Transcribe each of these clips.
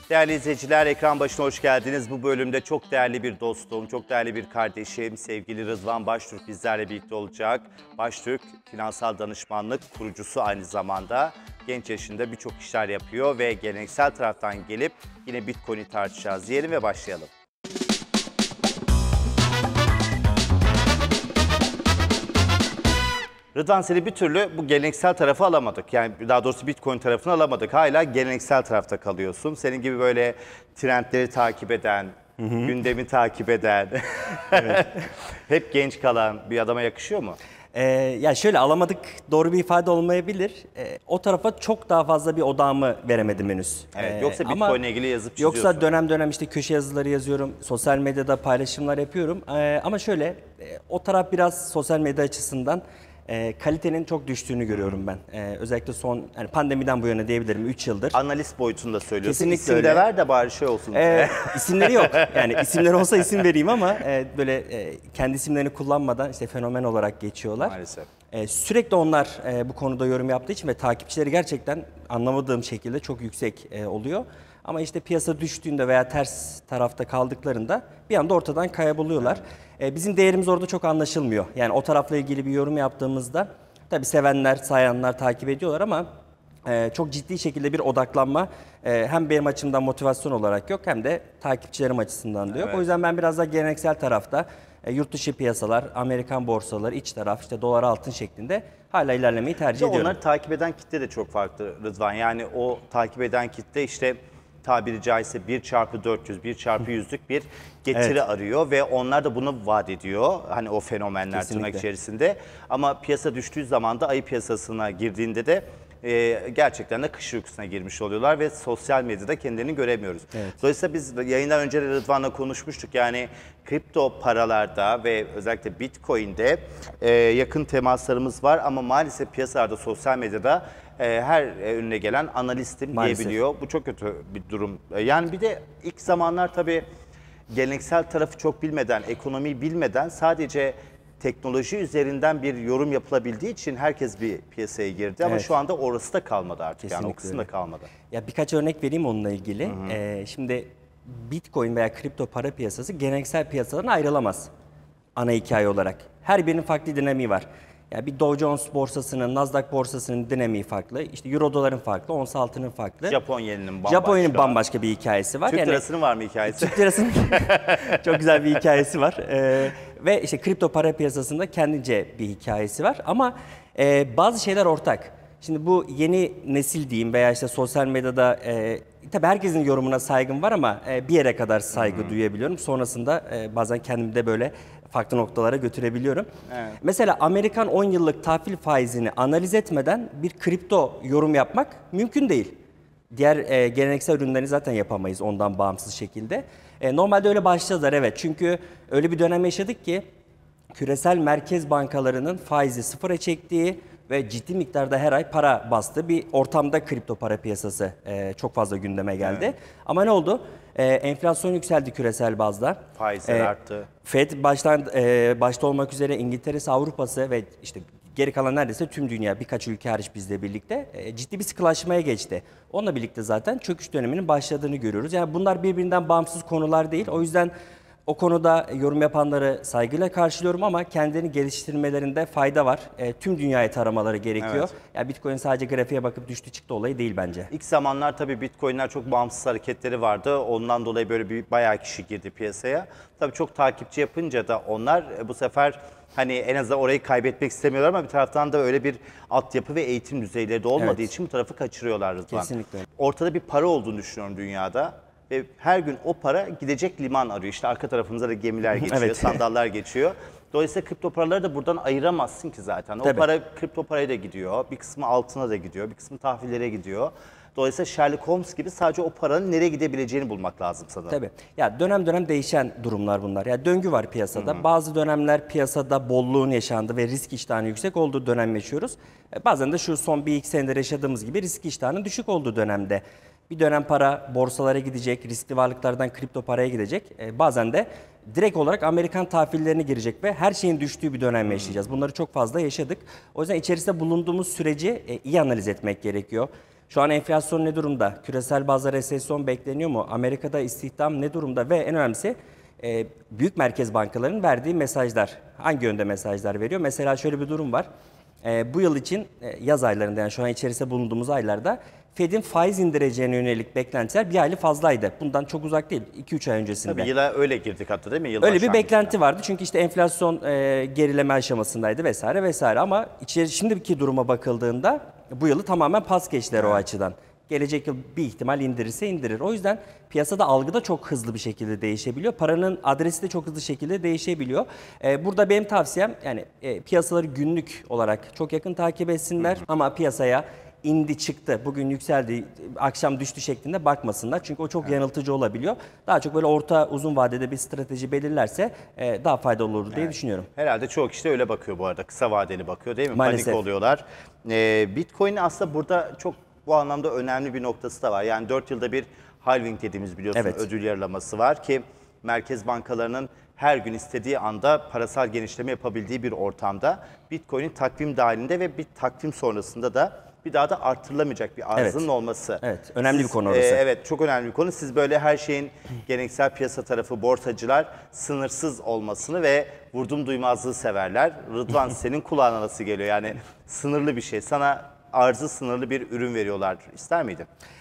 Değerli izleyiciler, ekran başına hoş geldiniz. Bu bölümde çok değerli bir dostum, çok değerli bir kardeşim, sevgili Rıdvan Baştürk bizlerle birlikte olacak. Baştürk, finansal danışmanlık kurucusu aynı zamanda. Genç yaşında birçok işler yapıyor ve geleneksel taraftan gelip yine Bitcoin'i tartışacağız diyelim ve başlayalım. Rıdvan, seni bir türlü bu geleneksel tarafı alamadık. Yani daha doğrusu Bitcoin tarafını alamadık. Hala geleneksel tarafta kalıyorsun. Senin gibi böyle trendleri takip eden, gündemi takip eden, hep genç kalan bir adama yakışıyor mu? Ya şöyle alamadık doğru bir ifade olmayabilir. O tarafa çok daha fazla bir odağımı veremedim henüz. Evet, yoksa Bitcoin ile ilgili yazıp çiziyorsun. Yoksa dönem dönem işte köşe yazıları yazıyorum, sosyal medyada paylaşımlar yapıyorum. Ama şöyle o taraf biraz sosyal medya açısından kalitenin çok düştüğünü görüyorum ben. Özellikle son yani pandemiden bu yana diyebilirim 3 yıldır. Analist boyutunda söylüyorsun. Kesinlikle İsim öyle. de ver de bari şey olsun. İsimleri yok. Yani isimleri olsa isim vereyim ama böyle kendi isimlerini kullanmadan işte fenomen olarak geçiyorlar. Maalesef. Sürekli onlar bu konuda yorum yaptığı için ve takipçileri gerçekten anlamadığım şekilde çok yüksek oluyor. Ama işte piyasa düştüğünde veya ters tarafta kaldıklarında bir anda ortadan kayboluyorlar. Bizim değerimiz orada çok anlaşılmıyor. Yani o tarafla ilgili bir yorum yaptığımızda tabii sevenler, sayanlar takip ediyorlar ama çok ciddi şekilde bir odaklanma hem benim açımdan motivasyon olarak yok hem de takipçilerim açısından da yok. Evet. O yüzden ben biraz daha geleneksel tarafta yurt dışı piyasalar, Amerikan borsaları, iç taraf, işte dolar altın şeklinde hala ilerlemeyi tercih ediyorum. Onları takip eden kitle de çok farklı Rıdvan. Yani o takip eden kitle işte tabiri caizse 1x400, 1x100'lük bir getiri arıyor ve onlar da bunu vaat ediyor. Hani o fenomenler tırnak içerisinde. Ama piyasa düştüğü zaman da ayı piyasasına girdiğinde de gerçekten de kış uykusuna girmiş oluyorlar ve sosyal medyada kendilerini göremiyoruz. Evet. Dolayısıyla biz yayından önce de Rıdvan'la konuşmuştuk. Yani kripto paralarda ve özellikle Bitcoin'de yakın temaslarımız var ama maalesef piyasalarda, sosyal medyada her önüne gelen analistim Maalesef diyebiliyor. Bu çok kötü bir durum. Yani bir de ilk zamanlar tabii geleneksel tarafı çok bilmeden, ekonomiyi bilmeden sadece teknoloji üzerinden bir yorum yapılabildiği için herkes bir piyasaya girdi. Ama şu anda orası da kalmadı artık. Kesinlikle yani o kısım da kalmadı. Ya birkaç örnek vereyim onunla ilgili. Şimdi Bitcoin veya kripto para piyasası geleneksel piyasalardan ayrılamaz ana hikaye olarak. Her birinin farklı dinamiği var. Ya bir Dow Jones borsasının, Nasdaq borsasının dinamiği farklı. İşte Euro doların farklı, ons altının farklı. Japon yeninin bambaşka bir hikayesi var. Türk lirasının var mı hikayesi? Türk lirasının çok güzel bir hikayesi var. Ve işte kripto para piyasasında kendince bir hikayesi var. Ama bazı şeyler ortak. Şimdi bu yeni nesil diyeyim veya işte sosyal medyada tabii herkesin yorumuna saygım var ama bir yere kadar saygı duyabiliyorum. Sonrasında bazen kendimi de böyle farklı noktalara götürebiliyorum. Evet. Mesela Amerikan 10 yıllık tahvil faizini analiz etmeden bir kripto yorum yapmak mümkün değil. Diğer geleneksel ürünleri zaten yapamayız ondan bağımsız şekilde. Normalde öyle başladılar evet. Çünkü öyle bir dönem yaşadık ki küresel merkez bankalarının faizi sıfıra çektiği ve ciddi miktarda her ay para bastığı bir ortamda kripto para piyasası çok fazla gündeme geldi. Evet. Ama ne oldu? Enflasyon yükseldi küresel bazda. Faizler arttı. Fed başta olmak üzere İngiltere'si, Avrupa'sı ve işte geri kalan neredeyse tüm dünya birkaç ülke hariç bizle birlikte ciddi bir sıkılaşmaya geçti. Onunla birlikte zaten çöküş döneminin başladığını görüyoruz. Yani bunlar birbirinden bağımsız konular değil. O yüzden o konuda yorum yapanları saygıyla karşılıyorum ama kendilerini geliştirmelerinde fayda var. Tüm dünyayı taramaları gerekiyor. Evet. Yani Bitcoin sadece grafiğe bakıp düştü çıktı olayı değil bence. İlk zamanlar tabii Bitcoin'ler çok bağımsız hareketleri vardı. Ondan dolayı böyle bir bayağı kişi girdi piyasaya. Tabii çok takipçi yapınca da onlar bu sefer hani en azından orayı kaybetmek istemiyorlar ama bir taraftan da öyle bir altyapı ve eğitim düzeyleri de olmadığı için bu tarafı kaçırıyorlar Rıdvan. Kesinlikle. Ortada bir para olduğunu düşünüyorum dünyada. Ve her gün o para gidecek liman arıyor. İşte arka tarafımızda da gemiler geçiyor, Evet. sandallar geçiyor. Dolayısıyla kripto paraları da buradan ayıramazsın ki zaten. O Tabii. para kripto paraya da gidiyor. Bir kısmı altına da gidiyor, bir kısmı tahvillere gidiyor. Dolayısıyla Sherlock Holmes gibi sadece o paranın nereye gidebileceğini bulmak lazım sanırım. Tabii. Ya dönem dönem değişen durumlar bunlar. Ya döngü var piyasada. Bazı dönemler piyasada bolluğun yaşandığı ve risk iştahının yüksek olduğu dönem yaşıyoruz. Bazen de şu son bir iki senedir yaşadığımız gibi risk iştahının düşük olduğu dönemde. Bir dönem para borsalara gidecek, riskli varlıklardan kripto paraya gidecek. Bazen de direkt olarak Amerikan tahvillerine girecek ve her şeyin düştüğü bir dönem yaşayacağız. Bunları çok fazla yaşadık. O yüzden içerisinde bulunduğumuz süreci iyi analiz etmek gerekiyor. Şu an enflasyon ne durumda? Küresel bazda resesyon bekleniyor mu? Amerika'da istihdam ne durumda? Ve en önemlisi büyük merkez bankalarının verdiği mesajlar. Hangi yönde mesajlar veriyor? Mesela şöyle bir durum var. Bu yıl için yaz aylarında, yani şu an içerisinde bulunduğumuz aylarda Fed'in faiz indireceğine yönelik beklentiler bir aylık fazlaydı. Bundan çok uzak değil. 2-3 ay öncesinde. Tabii yıla öyle girdik hatta, değil mi? Yıl Öyle bir başlangıcında. beklenti vardı. Çünkü işte enflasyon gerileme aşamasındaydı vesaire vesaire. Ama şimdiki duruma bakıldığında bu yılı tamamen pas geçtiler o açıdan. Gelecek yıl bir ihtimal indirirse indirir. O yüzden piyasada algı da çok hızlı bir şekilde değişebiliyor. Paranın adresi de çok hızlı şekilde değişebiliyor. Burada benim tavsiyem, yani piyasaları günlük olarak çok yakın takip etsinler. Ama piyasaya indi çıktı, bugün yükseldi, akşam düştü şeklinde bakmasınlar. Çünkü o çok yanıltıcı olabiliyor. Daha çok böyle orta uzun vadede bir strateji belirlerse daha faydalı olur diye düşünüyorum. Herhalde çoğu kişi de öyle bakıyor bu arada. Kısa vadeli bakıyor, değil mi? Maalesef. Panik oluyorlar. Bitcoin'in aslında burada çok bu anlamda önemli bir noktası da var. Yani 4 yılda bir halving dediğimiz, biliyorsun, Evet. ödül yarılaması var ki merkez bankalarının her gün istediği anda parasal genişleme yapabildiği bir ortamda Bitcoin'in takvim dahilinde ve bir takvim sonrasında da bir daha da artırılamayacak bir arzının Evet. olması. Evet, önemli bir konu orası. Evet, çok önemli bir konu. Siz böyle her şeyin geleneksel piyasa tarafı, borsacılar sınırsız olmasını ve vurdum duymazlığı severler. Rıdvan, senin kulağına nasıl geliyor? Yani sınırlı bir şey. Sana arzı sınırlı bir ürün veriyorlar. İster miydin?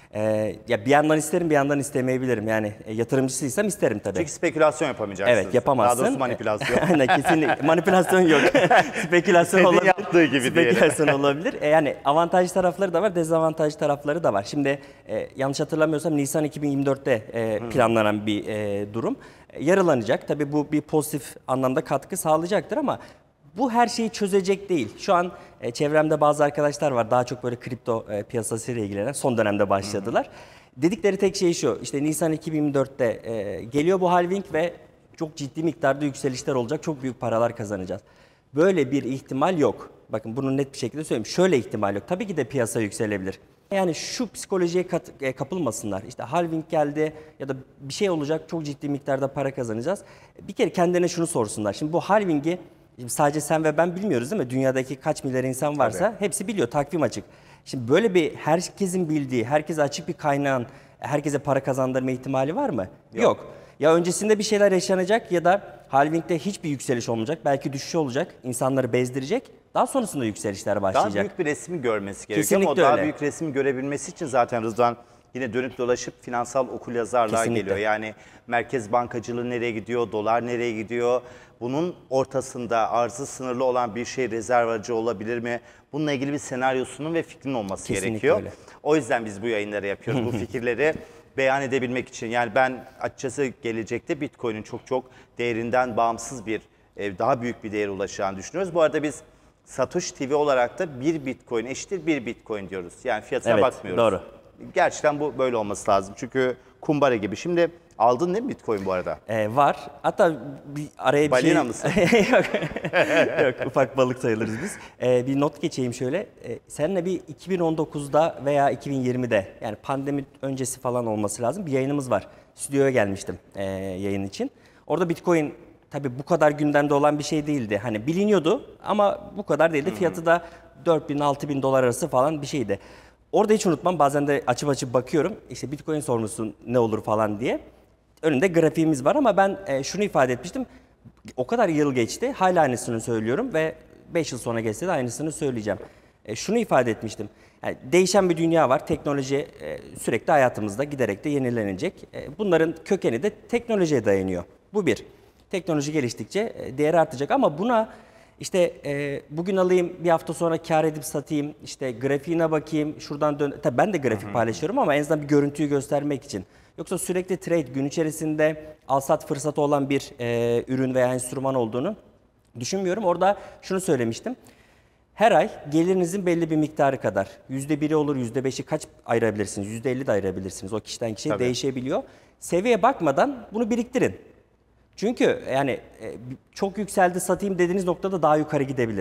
Ya bir yandan isterim, bir yandan istemeyebilirim. Yani yatırımcısıysam isterim tabii. Çünkü spekülasyon yapamayacaksınız. Evet, yapamazsın. Daha doğrusu manipülasyon. Aynen, kesinlikle. Manipülasyon yok. Spekülasyon Senin olabilir. yaptığı gibi diyelim. Spekülasyon olabilir. Yani avantajlı tarafları da var, dezavantajlı tarafları da var. Şimdi yanlış hatırlamıyorsam Nisan 2024'te planlanan bir durum. Yarılanacak. Tabii bu bir pozitif anlamda katkı sağlayacaktır ama bu her şeyi çözecek değil. Şu an çevremde bazı arkadaşlar var, daha çok böyle kripto piyasasıyla ilgilenen, son dönemde başladılar. Dedikleri tek şey şu: işte Nisan 2024'te geliyor bu halving ve çok ciddi miktarda yükselişler olacak, çok büyük paralar kazanacağız. Böyle bir ihtimal yok. Bakın, bunu net bir şekilde söyleyeyim. Şöyle ihtimal yok. Tabii ki de piyasa yükselebilir. Yani şu psikolojiye kapılmasınlar. İşte halving geldi ya da bir şey olacak, çok ciddi miktarda para kazanacağız. Bir kere kendilerine şunu sorsunlar. Şimdi bu halvingi sadece sen ve ben bilmiyoruz, değil mi? Dünyadaki kaç milyar insan varsa hepsi biliyor, takvim açık. Şimdi böyle bir herkesin bildiği, herkese açık bir kaynağın herkese para kazandırma ihtimali var mı? Yok. Ya öncesinde bir şeyler yaşanacak ya da halvingde hiçbir yükseliş olmayacak, belki düşüş olacak, insanları bezdirecek. Daha sonrasında yükselişler başlayacak. Daha büyük bir resmi görmesi gerekiyor. Kesinlikle ama o daha öyle. büyük resmi görebilmesi için zaten Rıdvan yine dönüp dolaşıp finansal okuryazarlığa Kesinlikle. geliyor. Yani merkez bankacılığı nereye gidiyor, dolar nereye gidiyor? Bunun ortasında arzı sınırlı olan bir şey rezerv aracı olabilir mi? Bununla ilgili bir senaryosunun ve fikrinin olması Kesinlikle gerekiyor. öyle. O yüzden biz bu yayınları yapıyoruz. Bu fikirleri beyan edebilmek için. Yani ben açıkçası gelecekte Bitcoin'in çok çok değerinden bağımsız bir, daha büyük bir değere ulaşacağını düşünüyoruz. Bu arada biz Satoshi TV olarak da bir Bitcoin eşittir bir Bitcoin diyoruz. Yani fiyatına Evet, bakmıyoruz. doğru. Gerçekten bu böyle olması lazım. Çünkü kumbara gibi. Şimdi aldın değil mi Bitcoin bu arada? Var. Hatta bir araya bir Balina şey... mısın? Yok. Yok, ufak balık sayılırız biz. Bir not geçeyim şöyle. Seninle bir 2019'da veya 2020'de, yani pandemi öncesi falan olması lazım, bir yayınımız var. Stüdyoya gelmiştim yayın için. Orada Bitcoin tabii bu kadar gündemde olan bir şey değildi. Hani biliniyordu ama bu kadar değildi. Fiyatı da 4.000-6.000 dolar arası falan bir şeydi. Orada hiç unutmam, bazen de açıp bakıyorum. İşte Bitcoin sormuşsun ne olur falan diye. Önünde grafiğimiz var ama ben şunu ifade etmiştim. O kadar yıl geçti, hala aynısını söylüyorum ve 5 yıl sonra geçse de aynısını söyleyeceğim. Şunu ifade etmiştim. Yani değişen bir dünya var. Teknoloji sürekli hayatımızda giderek de yenilenecek. Bunların kökeni de teknolojiye dayanıyor. Bu bir. Teknoloji geliştikçe değeri artacak ama buna işte bugün alayım, bir hafta sonra kar edip satayım, işte grafiğine bakayım, şuradan dön. Tabii ben de grafik paylaşıyorum ama en azından bir görüntüyü göstermek için. Yoksa sürekli trade, gün içerisinde al-sat fırsatı olan bir ürün veya enstrüman olduğunu düşünmüyorum. Orada şunu söylemiştim. Her ay gelirinizin belli bir miktarı kadar, %1'i olur, %5'i kaç ayırabilirsiniz, %50 de ayırabilirsiniz. O kişiden kişiye değişebiliyor. Seviye bakmadan bunu biriktirin. Çünkü yani çok yükseldi satayım dediğiniz noktada daha yukarı gidebilir.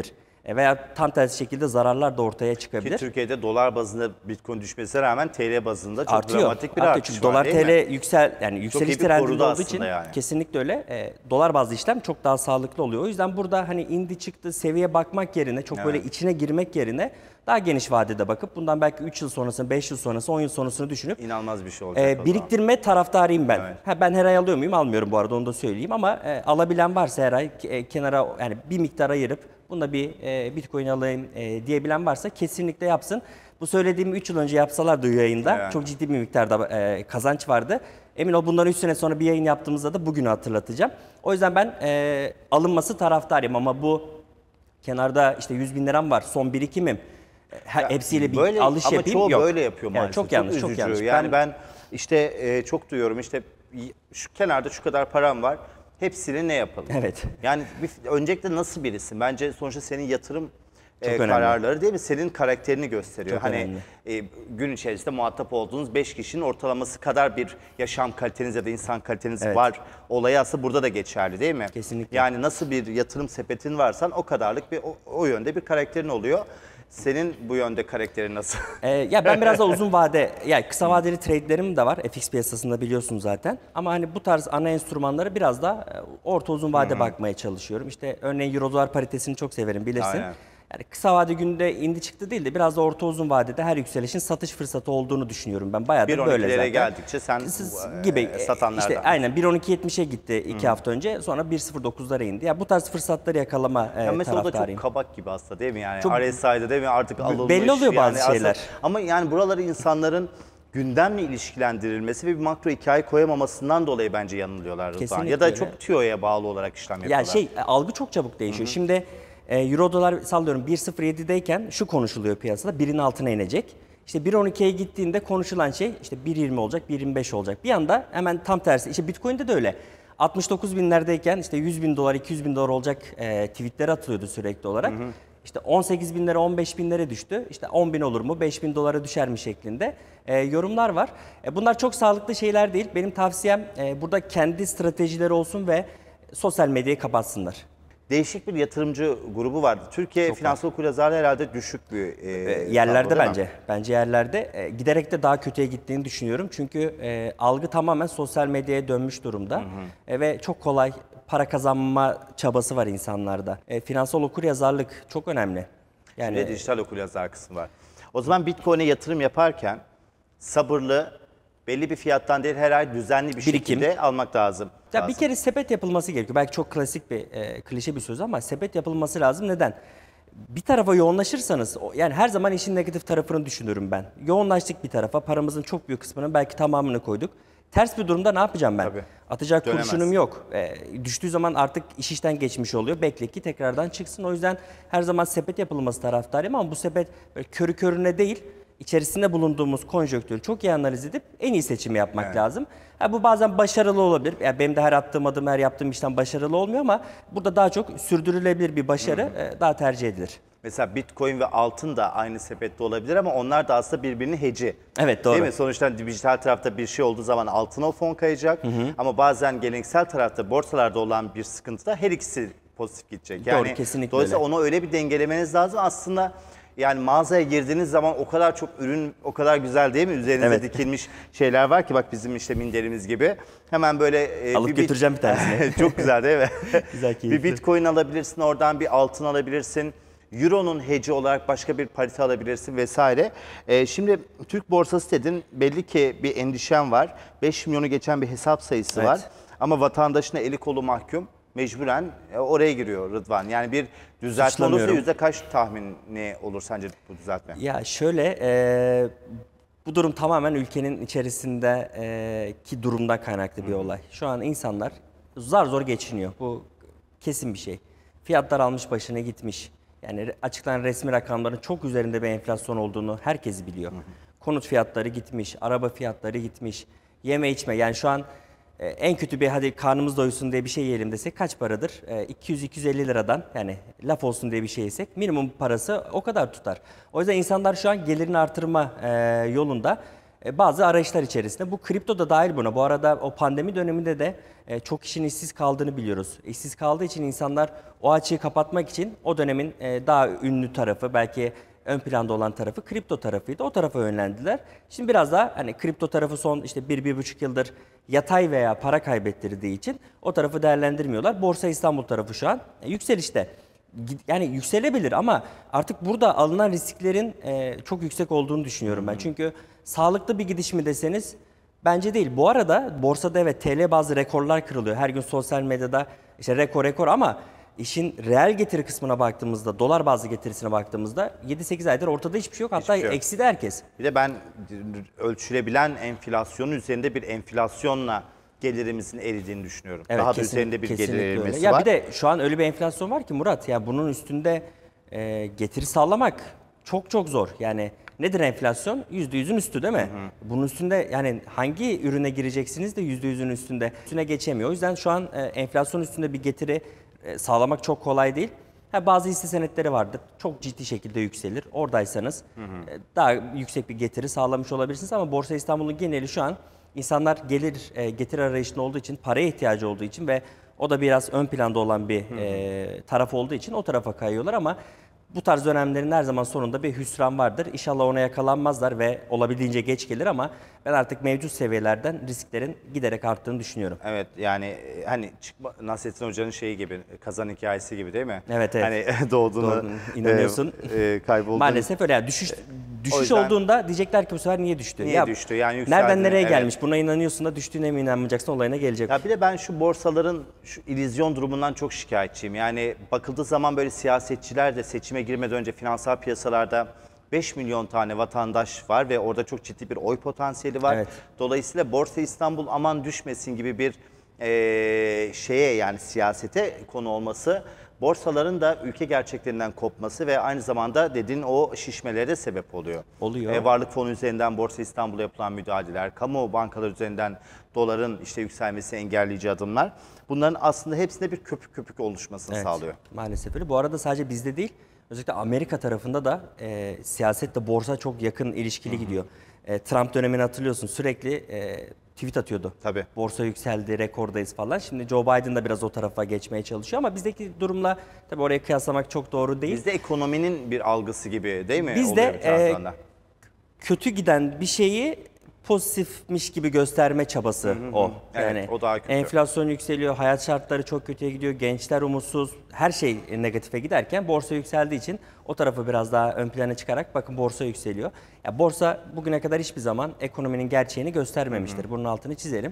Veya tam tersi şekilde zararlar da ortaya Ki çıkabilir. Türkiye'de dolar bazında Bitcoin düşmesine rağmen TL bazında çok Artıyor. dramatik bir Artıyor. artış Çünkü var, dolar değil mi? yani iyi yükseliş bir trendinde korudu olduğu aslında için yani. kesinlikle öyle. Dolar bazlı işlem çok daha sağlıklı oluyor. O yüzden burada hani indi çıktı seviye bakmak yerine çok böyle içine girmek yerine daha geniş vadede bakıp bundan belki 3 yıl sonrasını, 5 yıl sonrası, 10 yıl sonrasını düşünüp İnanılmaz bir şey olacak o zaman. biriktirme taraftarıyım ben. Evet. Ben her ay alıyor muyum? Almıyorum bu arada, onu da söyleyeyim ama alabilen varsa her ay kenara yani bir miktar ayırıp bunda bir Bitcoin alayım diyebilen varsa kesinlikle yapsın. Bu söylediğimi 3 yıl önce yapsalardı yayında Evet. çok ciddi bir miktarda kazanç vardı. Emin ol bundan 3 sene sonra bir yayın yaptığımızda da bugünü hatırlatacağım. O yüzden ben alınması taraftarıyım ama bu kenarda işte 100 bin liram var, son birikimim. Hepsiyle bir Böyle, alış ama yapayım çoğu yok. böyle yapıyor Yani maalesef. çok yanlış, çok üzücü. yanlış. Yani ben işte çok duyuyorum işte şu kenarda şu kadar param var. Hepsini ne yapalım? Evet. Yani öncelikle nasıl birisin? Bence sonuçta senin yatırım önemli. kararları değil mi? Senin karakterini gösteriyor. Çok Hani gün içerisinde muhatap olduğunuz 5 kişinin ortalaması kadar bir yaşam kaliteniz ya da insan kaliteniz Evet. var. Olayı aslında burada da geçerli değil mi? Kesinlikle. Yani nasıl bir yatırım sepetin varsan o kadarlık bir o yönde bir karakterin oluyor. Senin bu yönde karakterin nasıl? Ya ben biraz da uzun vade, yani kısa vadeli trade'lerim de var FX piyasasında biliyorsun zaten. Ama hani bu tarz ana enstrümanları biraz da orta uzun vade bakmaya çalışıyorum. İşte örneğin Euro dolar paritesini çok severim, bilirsin. Aynen. Yani kısa vade günde indi çıktı değil de biraz da orta uzun vadede her yükselişin satış fırsatı olduğunu düşünüyorum ben. Bayağıdır böyle 1.12'lere zaten. geldikçe sen Gibi satanlardan. işte aynen 1.12.70'e gitti 2 hafta önce, sonra 1.09'lara indi. Ya bu tarz fırsatları yakalama Ya mesela o da taraftarıyım. çok kabak gibi aslında değil mi yani? Çok- RSI'de değil mi artık alınmış. belli oluyor bazı aslında- şeyler. ama yani buraları insanların gündemle ilişkilendirilmesi ve bir makro hikaye koyamamasından dolayı bence yanılıyorlar Rıdvan. Kesinlikle Ya da öyle. çok tüyoya bağlı olarak işlem Ya yapıyorlar. algı çok çabuk değişiyor. Şimdi Euro dolar sallıyorum 1.07'deyken şu konuşuluyor piyasada, birin altına inecek. İşte 1.12'ye gittiğinde konuşulan şey işte 1.20 olacak, 1.25 olacak. Bir anda hemen tam tersi. İşte Bitcoin'de de öyle. 69 binlerdeyken işte 100 bin dolar, 200 bin dolar olacak tweetler atılıyordu sürekli olarak. İşte 18 binlere, 15 binlere düştü. İşte 10 bin olur mu, 5 bin dolara düşer mi şeklinde yorumlar var. Bunlar çok sağlıklı şeyler değil. Benim tavsiyem burada kendi stratejileri olsun ve sosyal medyayı kapatsınlar. Değişik bir yatırımcı grubu vardı. Türkiye finansal okuryazarlığı herhalde düşük bir Yerlerde tablo, değil mi? bence. Bence yerlerde. Giderek de daha kötüye gittiğini düşünüyorum. Çünkü algı tamamen sosyal medyaya dönmüş durumda. Ve çok kolay para kazanma çabası var insanlarda. Finansal okuryazarlık çok önemli. Yani Ve dijital okuryazar kısmı var. O zaman Bitcoin'e yatırım yaparken sabırlı, belli bir fiyattan değil her ay düzenli bir Birikim. şekilde almak lazım. ya bir kere sepet yapılması gerekiyor. Belki çok klasik bir klişe bir söz ama sepet yapılması lazım. Neden? Bir tarafa yoğunlaşırsanız, yani her zaman işin negatif tarafını düşünürüm ben. Yoğunlaştık bir tarafa, paramızın çok büyük kısmını, belki tamamını koyduk. Ters bir durumda ne yapacağım ben? Tabii. Atacak Dönemez. kurşunum yok. Düştüğü zaman artık iş işten geçmiş oluyor. Bekle ki tekrardan çıksın. O yüzden her zaman sepet yapılması taraftarıyım ama bu sepet böyle körü körüne değil, içerisinde bulunduğumuz konjonktürü çok iyi analiz edip en iyi seçimi yapmak lazım. Bu bazen başarılı olabilir. Yani benim de her attığım adım, her yaptığım işten başarılı olmuyor ama burada daha çok sürdürülebilir bir başarı daha tercih edilir. Mesela Bitcoin ve altın da aynı sepette olabilir ama onlar da aslında birbirinin hedge'i. Evet, doğru. Değil mi? Sonuçta dijital tarafta bir şey olduğu zaman altına o fon kayacak. Ama bazen geleneksel tarafta borsalarda olan bir sıkıntıda her ikisi pozitif gidecek. Doğru, kesinlikle Dolayısıyla öyle. onu öyle bir dengelemeniz lazım. Aslında yani mağazaya girdiğiniz zaman o kadar çok ürün, o kadar güzel değil mi? Üzerinize Evet. dikilmiş şeyler var ki bak bizim işte minderimiz gibi. Hemen böyle Alıp götüreceğim bir tanesini. çok güzel değil mi? Güzel, Bir keyifli. Bitcoin alabilirsin, oradan bir altın alabilirsin. Euro'nun hedge'i olarak başka bir parite alabilirsin vesaire. Şimdi Türk borsası dedin, belli ki bir endişen var. 5 milyonu geçen bir hesap sayısı Evet. var. Ama vatandaşına eli kolu mahkum. Mecburen oraya giriyor Rıdvan. Yani bir düzeltme olursa Suçlamıyorum. yüzde kaç tahmini olur sence bu düzeltme? Ya şöyle, bu durum tamamen ülkenin içerisindeki durumdan kaynaklı bir olay. Şu an insanlar zar zor geçiniyor. Bu kesin bir şey. Fiyatlar almış başına gitmiş. Yani açıklanan resmi rakamların çok üzerinde bir enflasyon olduğunu herkes biliyor. Konut fiyatları gitmiş, araba fiyatları gitmiş, yeme içme. Yani şu an en kötü bir hadi karnımız doysun diye bir şey yiyelim desek kaç paradır? 200-250 liradan, yani laf olsun diye bir şey yesek minimum parası o kadar tutar. O yüzden insanlar şu an gelirini artırma yolunda bazı arayışlar içerisinde. Bu kripto da dahil buna. Bu arada o pandemi döneminde de çok kişinin işsiz kaldığını biliyoruz. İşsiz kaldığı için insanlar o açığı kapatmak için o dönemin daha ünlü tarafı, belki ön planda olan tarafı kripto tarafıydı. O tarafa yönlendiler. Şimdi biraz daha hani kripto tarafı son işte 1-1,5 yıldır yatay veya para kaybettirdiği için o tarafı değerlendirmiyorlar. Borsa İstanbul tarafı şu an yükselişte. Yani yükselebilir ama artık burada alınan risklerin çok yüksek olduğunu düşünüyorum ben. Çünkü sağlıklı bir gidiş mi deseniz bence değil. Bu arada borsada evet TL bazı rekorlar kırılıyor. Her gün sosyal medyada işte rekor ama işin reel getiri kısmına baktığımızda, dolar bazlı getirisine baktığımızda 7-8 aydır ortada hiçbir şey yok. Hatta Hiçbir şey yok. eksi de herkes. Bir de ben ölçülebilen enflasyonun üzerinde bir enflasyonla gelirimizin eridiğini düşünüyorum. Evet, Daha da üzerinde bir gelir kesinlikle öyle. erimesi Ya var. bir de şu an öyle bir enflasyon var ki Murat, ya bunun üstünde getiri sağlamak çok çok zor. Yani nedir enflasyon? %100'ün üstü değil mi? Bunun üstünde yani hangi ürüne gireceksiniz de %100'ün üstüne geçemiyor. O yüzden şu an enflasyon üstünde bir getiri sağlamak çok kolay değil. Bazı hisse senetleri vardır. Çok ciddi şekilde yükselir. Oradaysanız daha yüksek bir getiri sağlamış olabilirsiniz ama Borsa İstanbul'un geneli şu an insanlar getiri arayışında olduğu için, paraya ihtiyacı olduğu için ve o da biraz ön planda olan bir taraf olduğu için o tarafa kayıyorlar ama bu tarz dönemlerin her zaman sonunda bir hüsran vardır. İnşallah ona yakalanmazlar ve olabildiğince geç gelir ama ben artık mevcut seviyelerden risklerin giderek arttığını düşünüyorum. Evet yani hani Nasrettin Hoca'nın şeyi gibi, kazan hikayesi gibi değil mi? Evet. Hani doğduğunu inanıyorsun. Kaybolduğunu. Maalesef öyle. Yani düşüş yüzden, olduğunda diyecekler ki bu sefer niye düştü? Niye düştü? Yani yükseldi. Nereden nereye Evet. gelmiş? Buna inanıyorsun da düştüğüne mi inanmayacaksın, olayına gelecek. Ya bir de ben şu borsaların şu illüzyon durumundan çok şikayetçiyim. Yani bakıldığı zaman böyle siyasetçiler de seçime girmeden önce finansal piyasalarda 5 milyon tane vatandaş var ve orada çok ciddi bir oy potansiyeli var. Evet. Dolayısıyla Borsa İstanbul aman düşmesin gibi bir yani siyasete konu olması, borsaların da ülke gerçeklerinden kopması ve aynı zamanda dediğin o şişmelere de sebep oluyor. Varlık fonu üzerinden Borsa İstanbul'a yapılan müdahaleler, kamu bankaları üzerinden doların işte yükselmesini engelleyici adımlar. Bunların aslında hepsinde bir köpük köpük oluşmasını sağlıyor. Maalesef öyle. Bu arada sadece bizde değil, özellikle Amerika tarafında da siyasetle borsa çok yakın ilişkili gidiyor. Trump dönemini hatırlıyorsun, sürekli tweet atıyordu. Tabii. Borsa yükseldi, rekordayız falan. Şimdi Joe Biden da biraz o tarafa geçmeye çalışıyor ama bizdeki durumla tabii oraya kıyaslamak çok doğru değil. Bizde ekonominin bir algısı gibi değil mi? Bizde kötü giden bir şeyi pozitifmiş gibi gösterme çabası o. Evet, Yani o daha kötü. enflasyon yükseliyor, hayat şartları çok kötüye gidiyor, gençler umutsuz, her şey negatife giderken borsa yükseldiği için o tarafı biraz daha ön plana çıkarak bakın borsa yükseliyor. Ya borsa bugüne kadar hiçbir zaman ekonominin gerçeğini göstermemiştir. Bunun altını çizelim.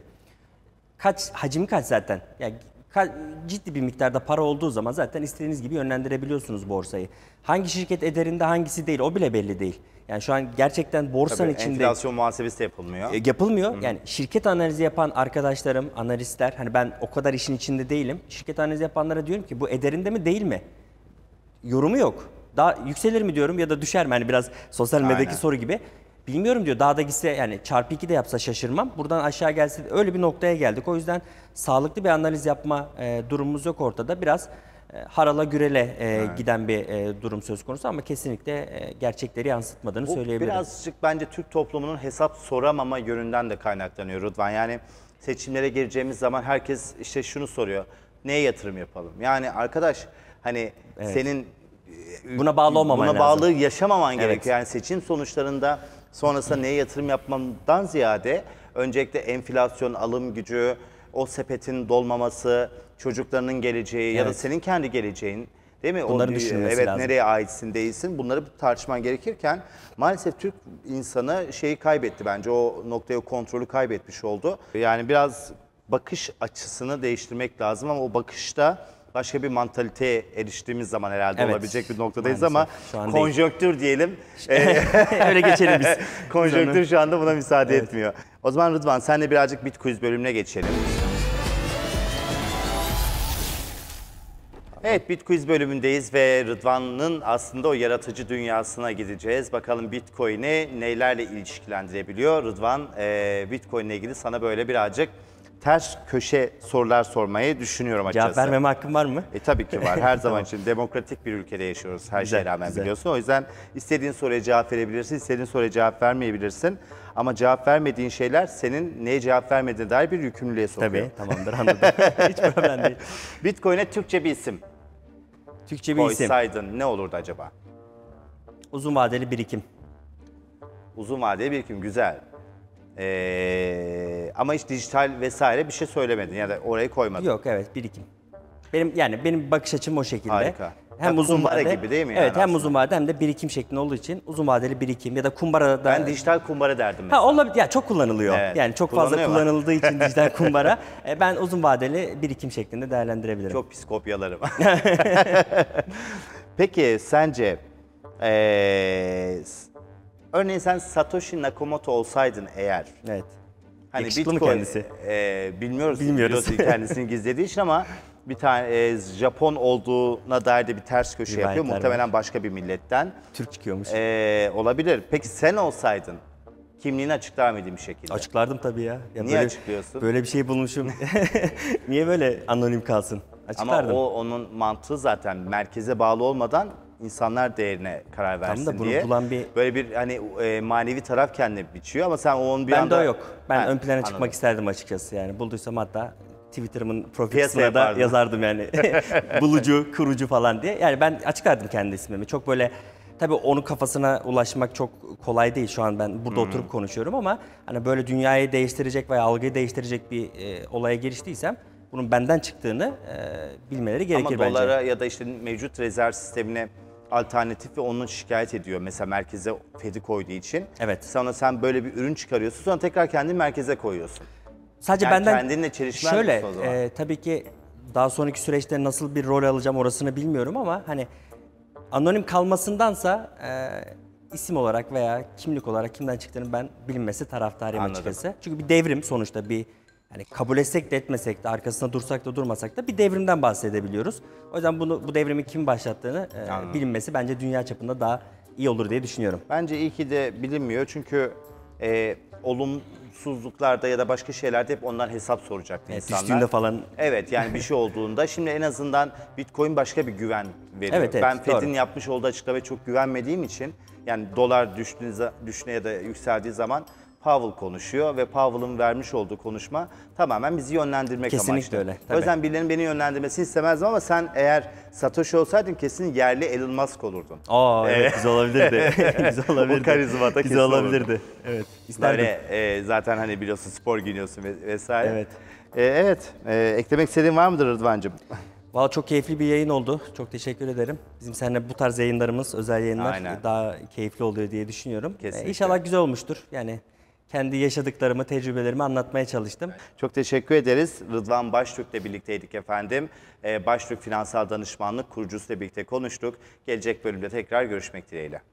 Hacmi kaç zaten? Yani ciddi bir miktarda para olduğu zaman zaten istediğiniz gibi yönlendirebiliyorsunuz borsayı. Hangi şirket ederinde hangisi değil o bile belli değil. Yani şu an gerçekten borsanın içinde enflasyon muhasebesi de yapılmıyor. Yapılmıyor. Yani şirket analizi yapan arkadaşlarım, analistler, hani ben o kadar işin içinde değilim. Şirket analizi yapanlara diyorum ki bu ederinde mi değil mi? Yorumu yok. Daha yükselir mi diyorum ya da düşer mi? Hani biraz sosyal medyadaki Aynen. soru gibi. Bilmiyorum diyor. Daha da gitse yani çarpı 2 de yapsa şaşırmam. Buradan aşağı gelse öyle bir noktaya geldik. O yüzden sağlıklı bir analiz yapma durumumuz yok ortada. Biraz harala gürele giden bir durum söz konusu ama kesinlikle gerçekleri yansıtmadığını Bu söyleyebilirim. birazcık bence Türk toplumunun hesap soramama yönünden de kaynaklanıyor Rıdvan. Yani seçimlere gireceğimiz zaman herkes işte şunu soruyor. Neye yatırım yapalım? Yani arkadaş hani senin Buna bağlı olmaman lazım. buna bağlı yaşamaman Evet. gerekiyor. Yani seçim sonuçlarında sonrasında neye yatırım yapmamdan ziyade öncelikle enflasyon, alım gücü, o sepetin dolmaması, çocuklarının geleceği ya da Evet. senin kendi geleceğin, değil mi? Bunları düşünmesi evet, lazım. nereye aitsin değilsin, bunları tartışman gerekirken maalesef Türk insanı şeyi kaybetti bence, o noktaya kontrolü kaybetmiş oldu. Yani biraz bakış açısını değiştirmek lazım ama o bakışta başka bir mantaliteye eriştiğimiz zaman herhalde Evet, olabilecek bir noktadayız maalesef. Şu ama an konjonktür diyelim. Öyle geçelim biz. Konjonktür şu anda buna müsaade etmiyor. O zaman Rıdvan senle birazcık BitQuiz bölümüne geçelim. Evet, BitQuiz bölümündeyiz ve Rıdvan'ın aslında o yaratıcı dünyasına gideceğiz. Bakalım Bitcoin'i neylerle ilişkilendirebiliyor? Rıdvan, Bitcoin ile ilgili sana böyle birazcık ters köşe sorular sormayı düşünüyorum açıkçası. Cevap vermeme hakkım var mı? Tabii ki var. Her zaman için demokratik bir ülkede yaşıyoruz. Her Güzel, şeye rağmen güzel. biliyorsun. O yüzden istediğin soruya cevap verebilirsin, istediğin soruya cevap vermeyebilirsin. Ama cevap vermediğin şeyler senin neye cevap vermediğine dair bir yükümlülüğe sokuyor. Tabii, tamamdır, anladım. Hiç problem değil. Bitcoin'e Türkçe bir isim Türkçe bir isim. koysaydın ne olurdu acaba? Uzun vadeli birikim. Uzun vadeli birikim, güzel. Ama hiç dijital vesaire bir şey söylemedin ya da oraya koymadın. Yok, evet, birikim. Benim bakış açım o şekilde. Harika. Hem Ya uzun kumbara vade gibi değil mi Evet, yani hem aslında? uzun vade hem de birikim şeklinde olduğu için uzun vadeli birikim ya da kumbara da Ben dijital kumbara derdim mesela. Ha, olabilir. Ya çok kullanılıyor. Evet, Yani çok fazla kullanıyor mu? kullanıldığı için dijital kumbara. Ben uzun vadeli birikim şeklinde değerlendirebilirim. Çok pis kopyalarım. Peki sence örneğin sen Satoshi Nakamoto olsaydın eğer, Evet. hani Yakışıklı mı Bitcoin kendisi? Bilmiyoruz Bilmiyoruz. biliyorsun kendisini gizlediği için ama bir tane Japon olduğuna dair de bir ters köşe yapıyor. Rivayetler Muhtemelen başka bir milletten. Türk çıkıyormuş. Olabilir. Peki sen olsaydın kimliğini açıklar mıydın bir şekilde? Açıklardım tabii ya. Niye açıklıyorsun? Böyle bir şey bulmuşum. Niye böyle anonim kalsın? Ama Açıklardım. onun mantığı zaten merkeze bağlı olmadan insanlar değerine karar versin da bunu diye. bulan bir- Böyle bir hani manevi taraf kendine biçiyor ama sen onun bir Bende anda... o yok. Ben Ha, ön plana anladım. çıkmak isterdim açıkçası yani. Bulduysam hatta Twitter'ımın profil Piyasaya kısmına da yapardın. yazardım yani. Bulucu, kurucu falan diye. Yani ben açıklardım kendi ismimi. Çok böyle tabii onun kafasına ulaşmak çok kolay değil. Şu an ben burada oturup konuşuyorum ama hani böyle dünyayı değiştirecek veya algıyı değiştirecek bir olaya giriştiysem bunun benden çıktığını bilmeleri gerekir Ama bence. dolara ya da işte mevcut rezerv sistemine alternatif ve onun şikayet ediyor. Mesela merkeze Fed'i koyduğu için. Evet. Sen böyle bir ürün çıkarıyorsun sonra tekrar kendini merkeze koyuyorsun. Sadece Yani benden kendinle çelişmez şöyle misin o zaman? tabii ki daha sonraki süreçte nasıl bir rol alacağım orasını bilmiyorum ama hani anonim kalmasındansa isim olarak veya kimlik olarak kimden çıktığını ben bilinmesi taraftarıyım Anladım. açıkçası. Çünkü bir devrim sonuçta bir hani kabul etsek de etmesek de arkasında dursak da durmasak da bir devrimden bahsedebiliyoruz. O yüzden bu devrimi kim başlattığını bilinmesi bence dünya çapında daha iyi olur diye düşünüyorum. Bence iyi ki de bilinmiyor çünkü olumsuzluklarda ya da başka şeylerde hep onlar hesap soracaktı insanlar. Düştüğünde falan Evet yani bir şey olduğunda şimdi en azından Bitcoin başka bir güven veriyor. Evet, Ben Fed'in doğru. yapmış olduğu açıklamaya çok güvenmediğim için yani dolar düştüğüne ya da yükseldiği zaman Powell konuşuyor ve Powell'ın vermiş olduğu konuşma tamamen bizi yönlendirmek Kesinlikle amaçlı. öyle, O tabii. yüzden birilerinin beni yönlendirmesini istemezdim ama sen eğer Satoshi olsaydın kesin yerli Elon Musk olurdun. evet güzel olabilirdi. Güzel olabilirdi. O karizmada kesin güzel olurdu. olabilirdi. Evet. İsterdim. Böyle zaten hani biliyorsun spor giyiniyorsun vesaire. Evet. Eklemek istediğin var mıdır Rıdvan'cığım? Valla çok keyifli bir yayın oldu. Çok teşekkür ederim. Bizim seninle bu tarz yayınlarımız, özel yayınlar Aynen. daha keyifli oluyor diye düşünüyorum. Kesinlikle. İnşallah güzel olmuştur. Yani kendi yaşadıklarımı, tecrübelerimi anlatmaya çalıştım. Çok teşekkür ederiz. Rıdvan Baştürk'le birlikteydik efendim. Baştürk Finansal Danışmanlık kurucusuyla birlikte konuştuk. Gelecek bölümde tekrar görüşmek dileğiyle.